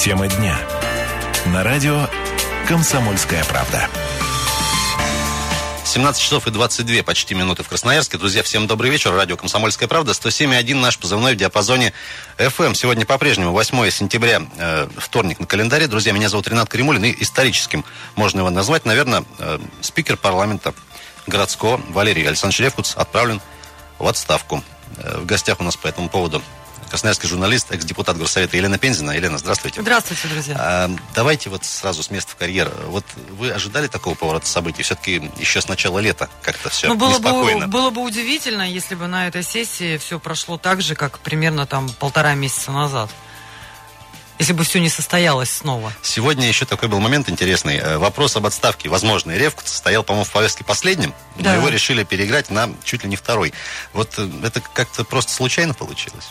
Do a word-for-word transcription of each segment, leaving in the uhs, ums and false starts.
Тема дня. На радио «Комсомольская правда». семнадцать часов и двадцать две почти минуты в Красноярске. Друзья, всем добрый вечер. Радио «Комсомольская правда». сто семь и один наш позывной в диапазоне эф эм. Сегодня по-прежнему восьмое сентября, э, вторник на календаре. Друзья, меня зовут Ренат Каримулин. И историческим можно его назвать, наверное, э, спикер парламента городского Валерий Александрович Ревкуц отправлен в отставку. Э, в гостях у нас по этому поводу красноярский журналист, экс-депутат Горсовета Елена Пензина. Елена, здравствуйте. Здравствуйте, друзья. А, давайте вот сразу с места в карьер. Вот вы ожидали такого поворота событий? Все-таки еще с начала лета как-то все ну, было неспокойно. Бы, было бы удивительно, если бы на этой сессии все прошло так же, как примерно там полтора месяца назад. Если бы все не состоялось снова. Сегодня еще такой был момент интересный. Вопрос об отставке возможной Ревкуца стоял, по-моему, в повестке последним, да. но его решили переиграть на чуть ли не второй. Вот это как-то просто случайно получилось?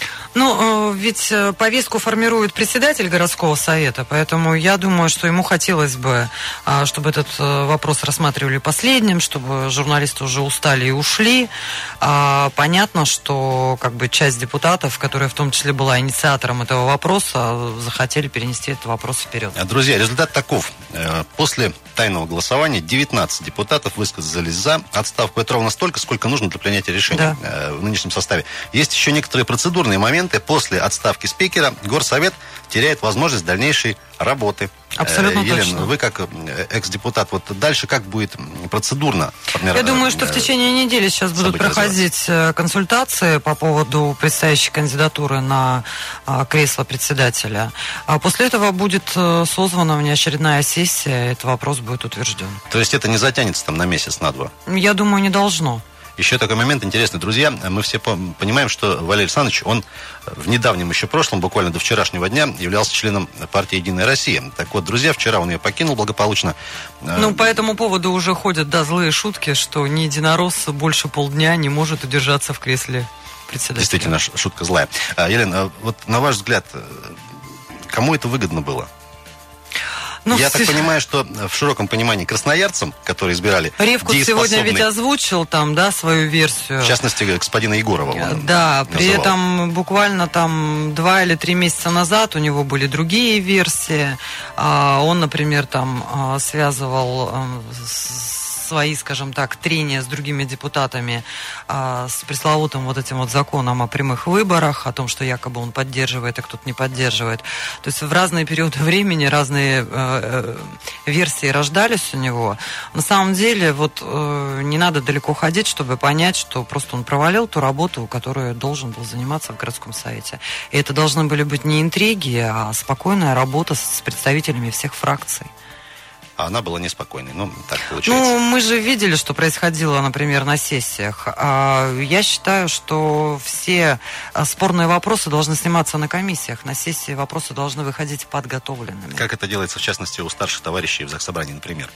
Ну, ведь повестку формирует председатель городского совета, поэтому я думаю, что ему хотелось бы, чтобы этот вопрос рассматривали последним, чтобы журналисты уже устали и ушли. Понятно, что как бы часть депутатов, которая в том числе была инициатором этого вопроса, захотели перенести этот вопрос вперед. Друзья, результат таков. После тайного голосования девятнадцать депутатов высказались за отставку. Это ровно столько, сколько нужно для принятия решения да. в нынешнем составе. Есть еще некоторые процедурные моменты. После отставки спикера Горсовет теряет возможность дальнейшей работы. Абсолютно Елена, точно. Вы как экс-депутат, вот дальше как будет процедурно формироваться? Я думаю, что в течение недели сейчас будут проходить консультации по поводу предстоящей кандидатуры на кресло председателя. А после этого будет созвана внеочередная сессия, и этот вопрос будет утвержден. То есть это не затянется там на месяц, на два? Я думаю, не должно. Еще такой момент интересный, друзья. Мы все понимаем, что Валерий Александрович, он в недавнем еще прошлом, буквально до вчерашнего дня, являлся членом партии «Единая Россия». Так вот, друзья, вчера он ее покинул благополучно. Ну, по этому поводу уже ходят, да, злые шутки, что ни единорос больше полдня не может удержаться в кресле председателя. Действительно, шутка злая. Елена, вот на ваш взгляд, кому это выгодно было? Ну, Я так понимаю, что в широком понимании красноярцам, которые избирали Ревкуц сегодня ведь озвучил там, да, свою версию. В частности, господина Егорова. Он да, при называл. этом буквально там два или три месяца назад у него были другие версии. Он, например, там связывал свои, скажем так, трения с другими депутатами а, с пресловутым вот этим вот законом о прямых выборах, о том, что якобы он поддерживает, а кто-то не поддерживает. То есть в разные периоды времени разные э, э, версии рождались у него. На самом деле вот э, не надо далеко ходить, чтобы понять, что просто он провалил ту работу, которую должен был заниматься в городском совете. И это должны были быть не интриги, а спокойная работа с представителями всех фракций. А она была неспокойной. Ну, так получается. Ну, мы же видели, что происходило, например, на сессиях. Я считаю, что все спорные вопросы должны сниматься на комиссиях. На сессии вопросы должны выходить подготовленными. Как это делается, в частности, у старших товарищей в Заксобрании, например?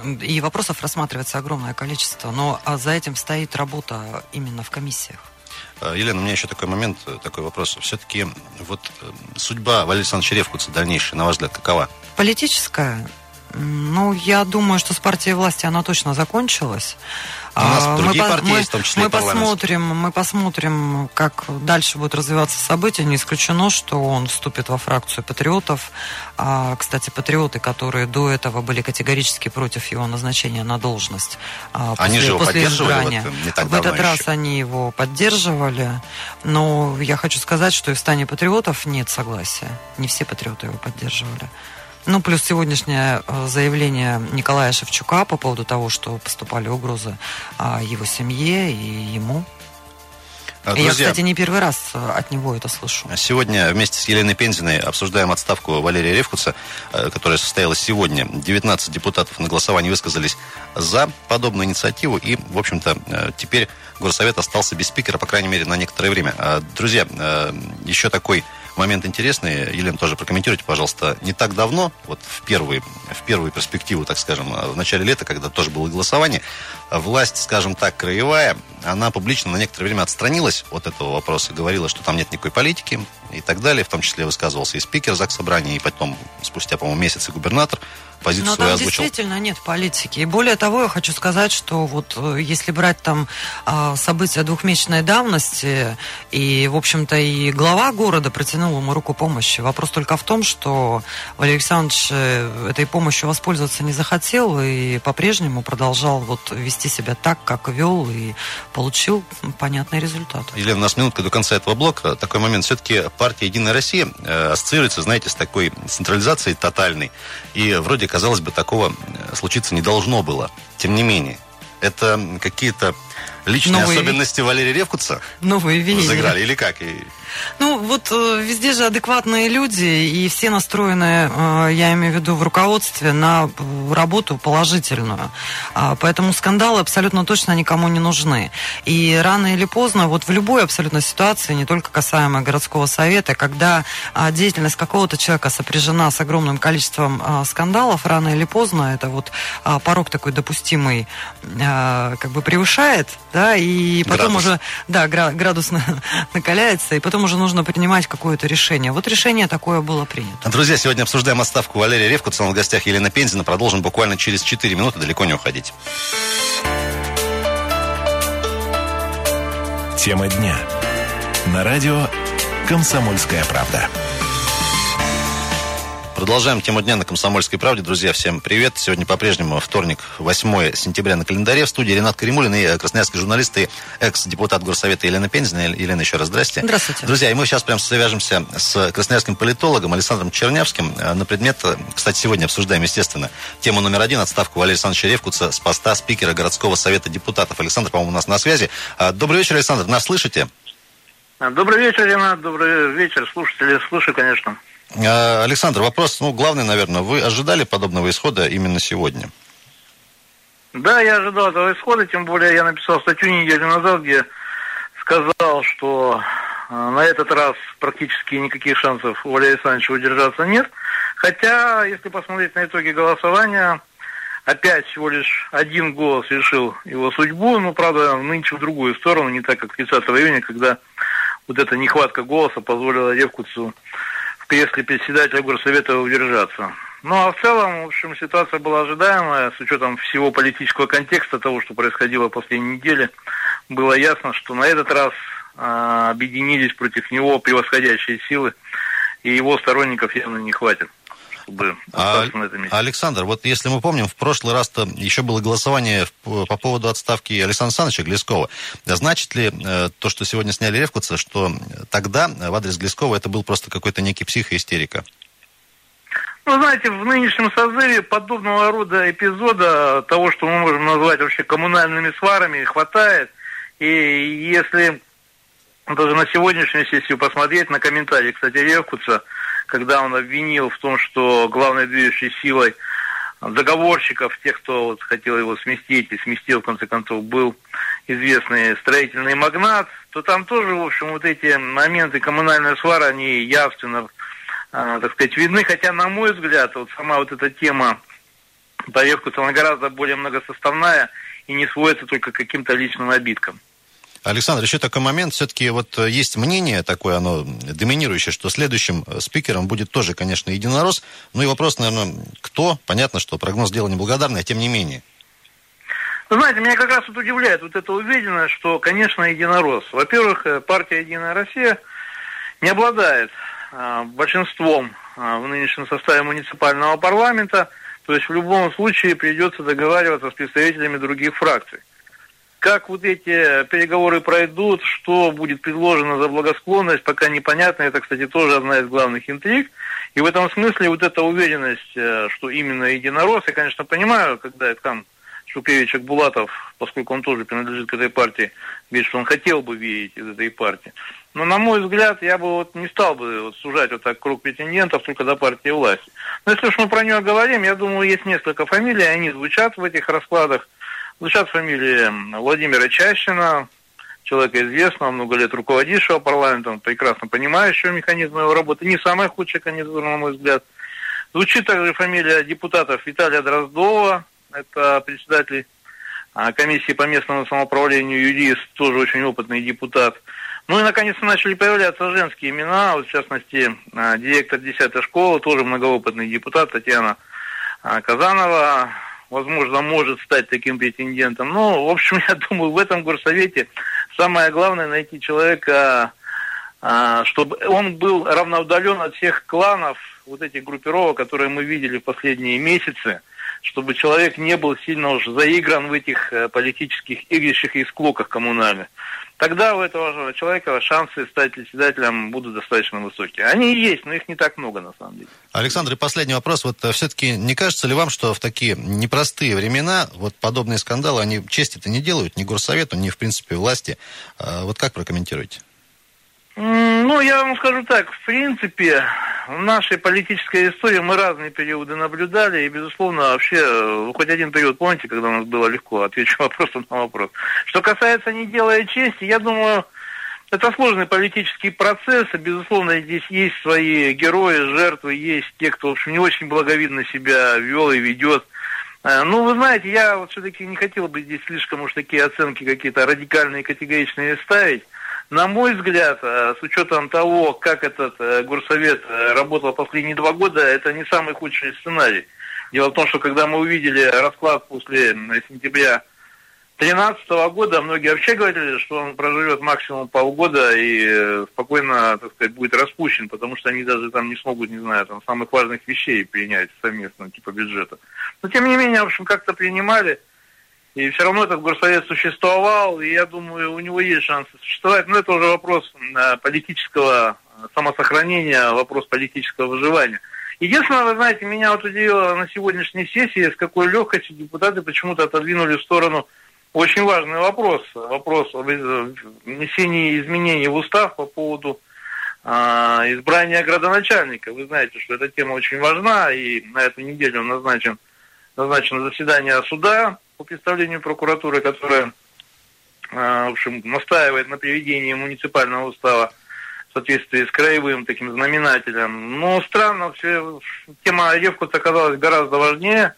И вопросов рассматривается огромное количество, но за этим стоит работа именно в комиссиях. Елена, у меня еще такой момент, такой вопрос. Все-таки вот судьба Валерия Александровича Ревкуца дальнейшая, на ваш взгляд, какова? Политическая? Ну, я думаю, что с партией власти она точно закончилась. У нас мы другие по- партии мы, есть, в том числе мы и парламент. посмотрим, мы посмотрим, как дальше будут развиваться события. Не исключено, что он вступит во фракцию патриотов. А, кстати, патриоты, которые до этого были категорически против его назначения на должность, а, после, они же его после поддерживали избрания. вот, не так в этот давно раз еще. они его поддерживали. Но я хочу сказать, что и в стане патриотов нет согласия. Не все патриоты его поддерживали. Ну, плюс сегодняшнее заявление Николая Шевчука по поводу того, что поступали угрозы его семье и ему. Друзья, я, кстати, не первый раз от него это слышу. Сегодня вместе с Еленой Пензиной обсуждаем отставку Валерия Ревкуца, которая состоялась сегодня. девятнадцать депутатов на голосовании высказались за подобную инициативу. И, в общем-то, теперь Горсовет остался без спикера, по крайней мере, на некоторое время. Друзья, еще такой момент интересный. Елена, тоже прокомментируйте, пожалуйста. Не так давно, вот в первую, в первую перспективу, так скажем, в начале лета, когда тоже было голосование, власть, скажем так, краевая, она публично на некоторое время отстранилась от этого вопроса, говорила, что там нет никакой политики и так далее. В том числе высказывался и спикер Заксобрания, и потом, спустя, по-моему, месяц и губернатор позицию Но свою там озвучил. Действительно нет политики. И более того, я хочу сказать, что вот если брать там события двухмесячной давности, и, в общем-то, и глава города протянул ему руку помощи. Вопрос только в том, что Валерий Александрович этой помощью воспользоваться не захотел и по-прежнему продолжал вот вести себя так, как вел, и получил понятный результат. Елена, у нас минутка до конца этого блока. Такой момент. Все-таки партия «Единая Россия» ассоциируется, знаете, с такой централизацией тотальной. И вроде, казалось бы, такого случиться не должно было. Тем не менее, это какие-то личные Новые... особенности Валерия Ревкутса Новые веяния взыграли или как? Ну, вот везде же адекватные люди, и все настроены, я имею в виду, в руководстве на работу положительную. Поэтому скандалы абсолютно точно никому не нужны. И рано или поздно, вот в любой абсолютно ситуации, не только касаемо городского совета, когда деятельность какого-то человека сопряжена с огромным количеством скандалов, рано или поздно это вот порог такой допустимый как бы превышает, да, и потом градус. уже, да, градус накаляется, и потом уже нужно принимать какое-то решение. Вот решение такое было принято. Друзья, сегодня обсуждаем отставку Валерия Ревкутса. В гостях Елена Пензина. Продолжим буквально через четыре минуты. Далеко не уходить. Тема дня. На радио «Комсомольская правда». Продолжаем тему дня на «Комсомольской правде». Друзья, всем привет. Сегодня по-прежнему вторник, восьмое сентября на календаре. В студии Ренат Каримулин и красноярский журналист и экс-депутат Горсовета Елена Пензина. Елена, еще раз здрасте. Здравствуйте. Друзья, и мы сейчас прям свяжемся с красноярским политологом Александром Чернявским на предмет, кстати, сегодня обсуждаем, естественно, тему номер один, отставку Валерия Александровича Ревкутса с поста спикера городского совета депутатов. Александр, по-моему, у нас на связи. Добрый вечер, Александр, нас слышите? Добрый вечер, Ренат, добрый вечер, слушатели, слушаю, конечно. Александр, вопрос, ну, главный, наверное. Вы ожидали подобного исхода именно сегодня? Да, я ожидал этого исхода, тем более я написал статью неделю назад, где сказал, что на этот раз практически никаких шансов у Валерия Александровича удержаться нет. Хотя, если посмотреть на итоги голосования, опять всего лишь один голос решил его судьбу, но, правда, нынче в другую сторону, не так, как тридцатого июня, когда вот эта нехватка голоса позволила Ревкутсу в кресле председателя горсовета удержаться. Ну, а в целом, в общем, ситуация была ожидаемая, с учетом всего политического контекста того, что происходило в последней неделе. Было ясно, что на этот раз а, объединились против него превосходящие силы, и его сторонников явно не хватит, чтобы остаться а, на этом месте. Александр, вот если мы помним, в прошлый раз-то еще было голосование по поводу отставки Александра Александровича Глескова. Значит ли э, то, что сегодня сняли Ревкутса, что тогда в адрес Глескова это был просто какой-то некий психоистерика? Ну, знаете, в нынешнем созыве подобного рода эпизода, того, что мы можем назвать вообще коммунальными сварами, хватает. И если даже на сегодняшнюю сессию посмотреть, на комментарии, кстати, Ревкутса, когда он обвинил в том, что главной движущей силой заговорщиков, тех, кто вот хотел его сместить и сместил, в конце концов, был известный строительный магнат, то там тоже, в общем, вот эти моменты коммунальной свары, они явственно, э, так сказать, видны. Хотя, на мой взгляд, вот сама вот эта тема по Ревкутсу, она гораздо более многосоставная и не сводится только к каким-то личным обидкам. Александр, еще такой момент. Все-таки вот есть мнение такое, оно доминирующее, что следующим спикером будет тоже, конечно, единорос. Ну и вопрос, наверное, кто? Понятно, что прогноз дело неблагодарное, тем не менее. Вы знаете, меня как раз вот удивляет вот эта уверенность, что, конечно, единорос. Во-первых, партия «Единая Россия» не обладает а, большинством а, в нынешнем составе муниципального парламента. То есть в любом случае придется договариваться с представителями других фракций. Как вот эти переговоры пройдут, что будет предложено за благосклонность, пока непонятно. Это, кстати, тоже одна из главных интриг. И в этом смысле вот эта уверенность, что именно единорос, я, конечно, понимаю, когда там Шукевич Акбулатов, поскольку он тоже принадлежит к этой партии, говорит, что он хотел бы видеть из этой партии. Но, на мой взгляд, я бы вот не стал бы вот сужать вот так круг претендентов только до партии власти. Но если уж мы про нее говорим, я думаю, есть несколько фамилий, они звучат в этих раскладах. Звучат фамилии Владимира Чащина, человека известного, много лет руководившего парламентом, прекрасно понимающего механизм его работы. Не самая худшая кандидатура, на мой взгляд. Звучит также фамилия депутатов Виталия Дроздова, это председатель комиссии по местному самоуправлению, юрист, тоже очень опытный депутат. Ну и, наконец, начали появляться женские имена, вот, в частности, директор десятой школы, тоже многоопытный депутат Татьяна Казанова, возможно, может стать таким претендентом. Ну, в общем, я думаю, в этом горсовете самое главное найти человека, чтобы он был равноудален от всех кланов, вот этих группировок, которые мы видели в последние месяцы, чтобы человек не был сильно уж заигран в этих политических игрищах и склоках коммунальных. Тогда у этого человека шансы стать председателем будут достаточно высокие. Они и есть, но их не так много на самом деле. Александр, и последний вопрос. Вот все-таки не кажется ли вам, что в такие непростые времена вот подобные скандалы, они чести-то не делают ни горсовету, ни, в принципе, власти? Вот как прокомментируете? Ну, я вам скажу так, в принципе, в нашей политической истории мы разные периоды наблюдали, и, безусловно, вообще, хоть один период, помните, когда у нас было легко, отвечу вопросом на вопрос. Что касается «не делая чести», я думаю, это сложный политический процесс, и, безусловно, здесь есть свои герои, жертвы, есть те, кто, в общем, не очень благовидно себя вел и ведет. Ну, вы знаете, я вот все-таки не хотел бы здесь слишком уж такие оценки какие-то радикальные, категоричные ставить. На мой взгляд, с учетом того, как этот горсовет работал последние два года, это не самый худший сценарий. Дело в том, что когда мы увидели расклад после сентября две тысячи тринадцатого года, многие вообще говорили, что он проживет максимум полгода и спокойно, так сказать, будет распущен, потому что они даже там не смогут, не знаю, там самых важных вещей принять совместно, типа бюджета. Но тем не менее, в общем, как-то принимали. И все равно этот горсовет существовал, и я думаю, у него есть шансы существовать. Но это уже вопрос политического самосохранения, вопрос политического выживания. Единственное, вы знаете, меня вот удивило на сегодняшней сессии, с какой легкостью депутаты почему-то отодвинули в сторону очень важный вопрос. Вопрос о внесении изменений в устав по поводу э, избрания градоначальника. Вы знаете, что эта тема очень важна, и на эту неделю назначен, назначено заседание суда по представлению прокуратуры, которая, в общем, настаивает на приведении муниципального устава в соответствии с краевым таким знаменателем. Но странно, все, тема Ревкутса оказалась гораздо важнее,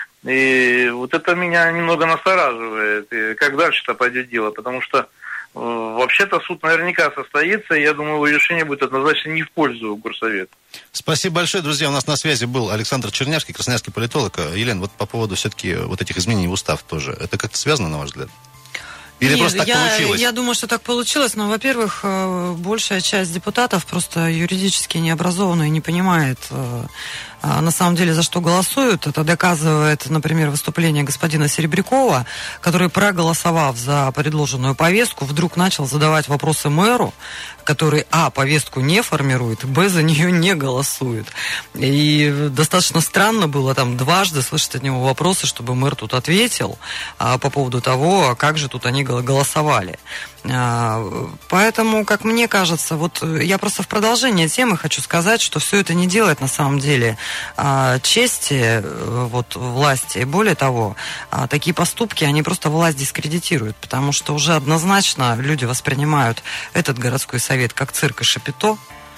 и вот это меня немного настораживает. И как дальше-то пойдет дело, потому что вообще-то суд наверняка состоится, и я думаю, его решение будет однозначно не в пользу горсовета. Спасибо большое, друзья. У нас на связи был Александр Чернявский, красноярский политолог. Елена, вот по поводу все-таки вот этих изменений в устав тоже. Это как-то связано, на ваш взгляд? Или Нет, просто так я, получилось? Я думаю, что так получилось, но, во-первых, большая часть депутатов просто юридически не образована и не понимает, на самом деле, за что голосуют. Это доказывает, например, выступление господина Серебрякова, который, проголосовав за предложенную повестку, вдруг начал задавать вопросы мэру, который, а, повестку не формирует, б, за нее не голосует. И достаточно странно было там дважды слышать от него вопросы, чтобы мэр тут ответил а, по поводу того, как же тут они голосовали. А, поэтому, как мне кажется, вот я просто в продолжение темы хочу сказать, что все это не делает на самом деле а, чести вот, власти. Более того, а, такие поступки, они просто власть дискредитируют, потому что уже однозначно люди воспринимают этот городской совет как цирк и шапито,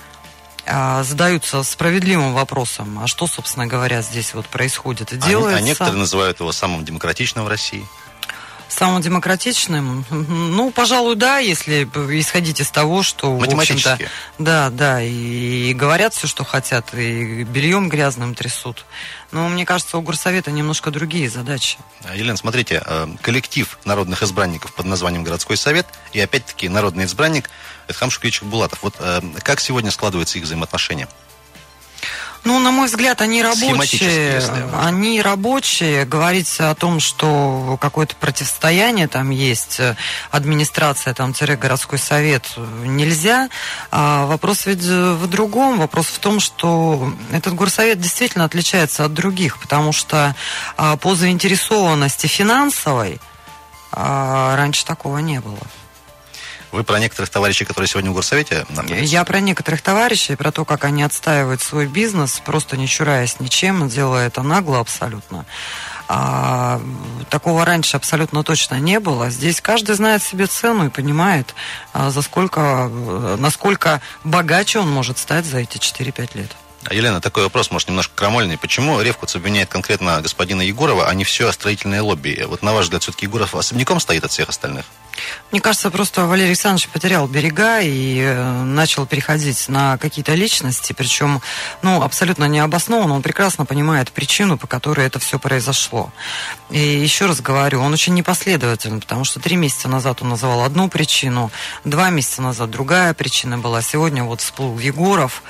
а, задаются справедливым вопросом, а что, собственно говоря, здесь вот происходит. И делается... а, а некоторые называют его самым демократичным в России. Самым демократичным? Ну, пожалуй, да, если исходить из того, что, в общем-то, да, да, и, и говорят все, что хотят, и бельем грязным трясут. Но мне кажется, у горсовета немножко другие задачи. Елена, смотрите, коллектив народных избранников под названием Городской совет, и опять-таки народный избранник – это Хамшик Ильич Булатов. Вот как сегодня складываются их взаимоотношения? Ну, на мой взгляд, они рабочие. Они рабочие. Говорить о том, что какое-то противостояние там есть, администрация, там, городской совет, нельзя. А вопрос ведь в другом. Вопрос в том, что этот горсовет действительно отличается от других, потому что по заинтересованности финансовой раньше такого не было. Вы про некоторых товарищей, которые сегодня в горсовете находятся? Я про некоторых товарищей, про то, как они отстаивают свой бизнес, просто не чураясь ничем, делая это нагло абсолютно. А, такого раньше абсолютно точно не было. Здесь каждый знает себе цену и понимает, а, за сколько, насколько богаче он может стать за эти четыре-пять лет. Елена, такой вопрос, может, немножко крамольный. Почему Ревкутс обвиняет конкретно господина Егорова, а не все строительное лобби? Вот на ваш взгляд, все-таки Егоров особняком стоит от всех остальных? Мне кажется, просто Валерий Александрович потерял берега и начал переходить на какие-то личности, причем, ну, абсолютно необоснованно. Он прекрасно понимает причину, по которой это все произошло. И еще раз говорю, он очень непоследователен, потому что три месяца назад он называл одну причину, два месяца назад другая причина была, сегодня вот всплыл Егоров.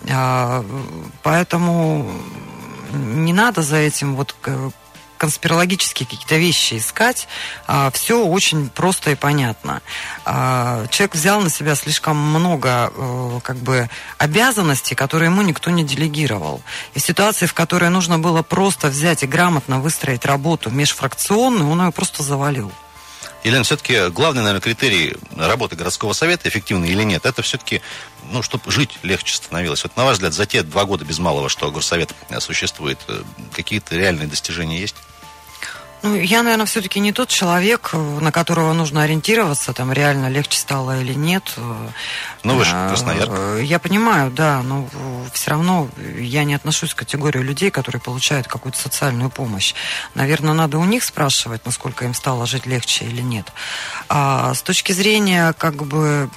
Поэтому не надо за этим вот конспирологические какие-то вещи искать. А, все очень просто и понятно. А, человек взял на себя слишком много а, как бы обязанностей, которые ему никто не делегировал. И ситуации, в которой нужно было просто взять и грамотно выстроить работу межфракционную, он ее просто завалил. Елена, все-таки главный, наверное, критерий работы городского совета, эффективный или нет, это все-таки, ну, чтобы жить легче становилось. Вот на ваш взгляд, за те два года без малого, что горсовет существует, какие-то реальные достижения есть? Ну, я, наверное, все-таки не тот человек, на которого нужно ориентироваться, там, реально легче стало или нет. Ну, вы же Красноярск. Я понимаю, да, но все равно я не отношусь к категории людей, которые получают какую-то социальную помощь. Наверное, надо у них спрашивать, насколько им стало жить легче или нет. А с точки зрения, как бы,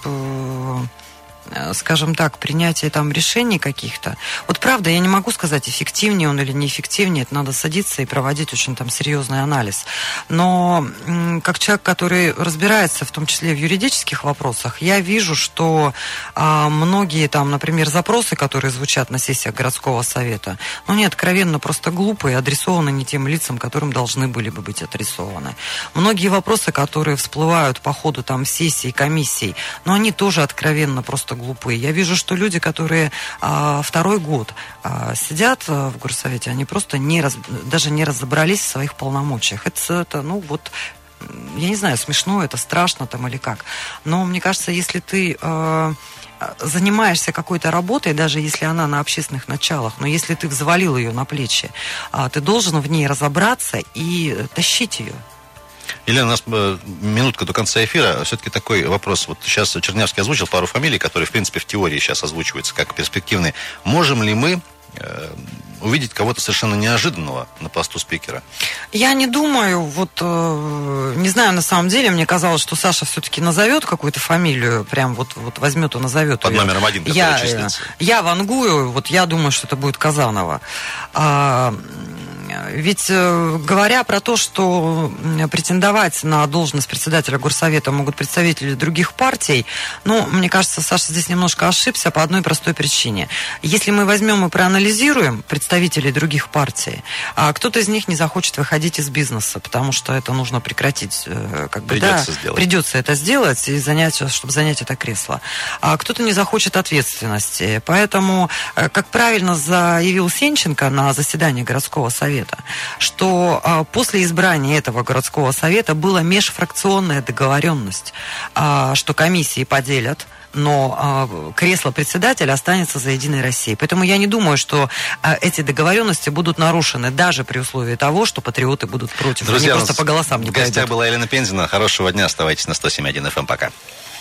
скажем так, принятия там решений каких-то. Вот правда, я не могу сказать, эффективнее он или неэффективнее. Это надо садиться и проводить очень там серьезный анализ. Но как человек, который разбирается в том числе в юридических вопросах, я вижу, что а, многие там, например, запросы, которые звучат на сессиях городского совета, ну, они откровенно просто глупые, адресованы не тем лицам, которым должны были бы быть адресованы. Многие вопросы, которые всплывают по ходу там сессий, комиссий, но они тоже откровенно просто глупые. Я вижу, что люди, которые а, второй год а, сидят а, в горсовете, они просто не раз, даже не разобрались в своих полномочиях. Это, это, ну вот, я не знаю, смешно, это страшно там или как. Но мне кажется, если ты а, занимаешься какой-то работой, даже если она на общественных началах, но если ты взвалил ее на плечи, а, ты должен в ней разобраться и тащить ее. Елена, у нас минутка до конца эфира. Все-таки такой вопрос. Вот сейчас Чернявский озвучил пару фамилий, которые, в принципе, в теории сейчас озвучиваются как перспективные. Можем ли мы э, увидеть кого-то совершенно неожиданного на посту спикера? Я не думаю. Вот, э, не знаю, на самом деле, мне казалось, что Саша все-таки назовет какую-то фамилию, прям вот, вот возьмет и назовет под ее. Номером один, который я, числится. Я вангую, вот я думаю, что это будет Казанова. А, Ведь говоря про то, что претендовать на должность председателя горсовета могут представители других партий, ну, мне кажется, Саша здесь немножко ошибся по одной простой причине. Если мы возьмем и проанализируем представителей других партий, кто-то из них не захочет выходить из бизнеса, потому что это нужно прекратить. Как бы, придется да, сделать. Придется это сделать, и занять, чтобы занять это кресло. А кто-то не захочет ответственности. Поэтому, как правильно заявил Сенченко на заседании городского совета, что а, после избрания этого городского совета была межфракционная договоренность, а, что комиссии поделят, но а, кресло председателя останется за «Единой Россией». Поэтому я не думаю, что а, эти договоренности будут нарушены даже при условии того, что патриоты будут против. Друзья, они просто по голосам не в гостях пойдут. была Елена Пензина. Хорошего дня. Оставайтесь на сто семь и один эф эм. Пока.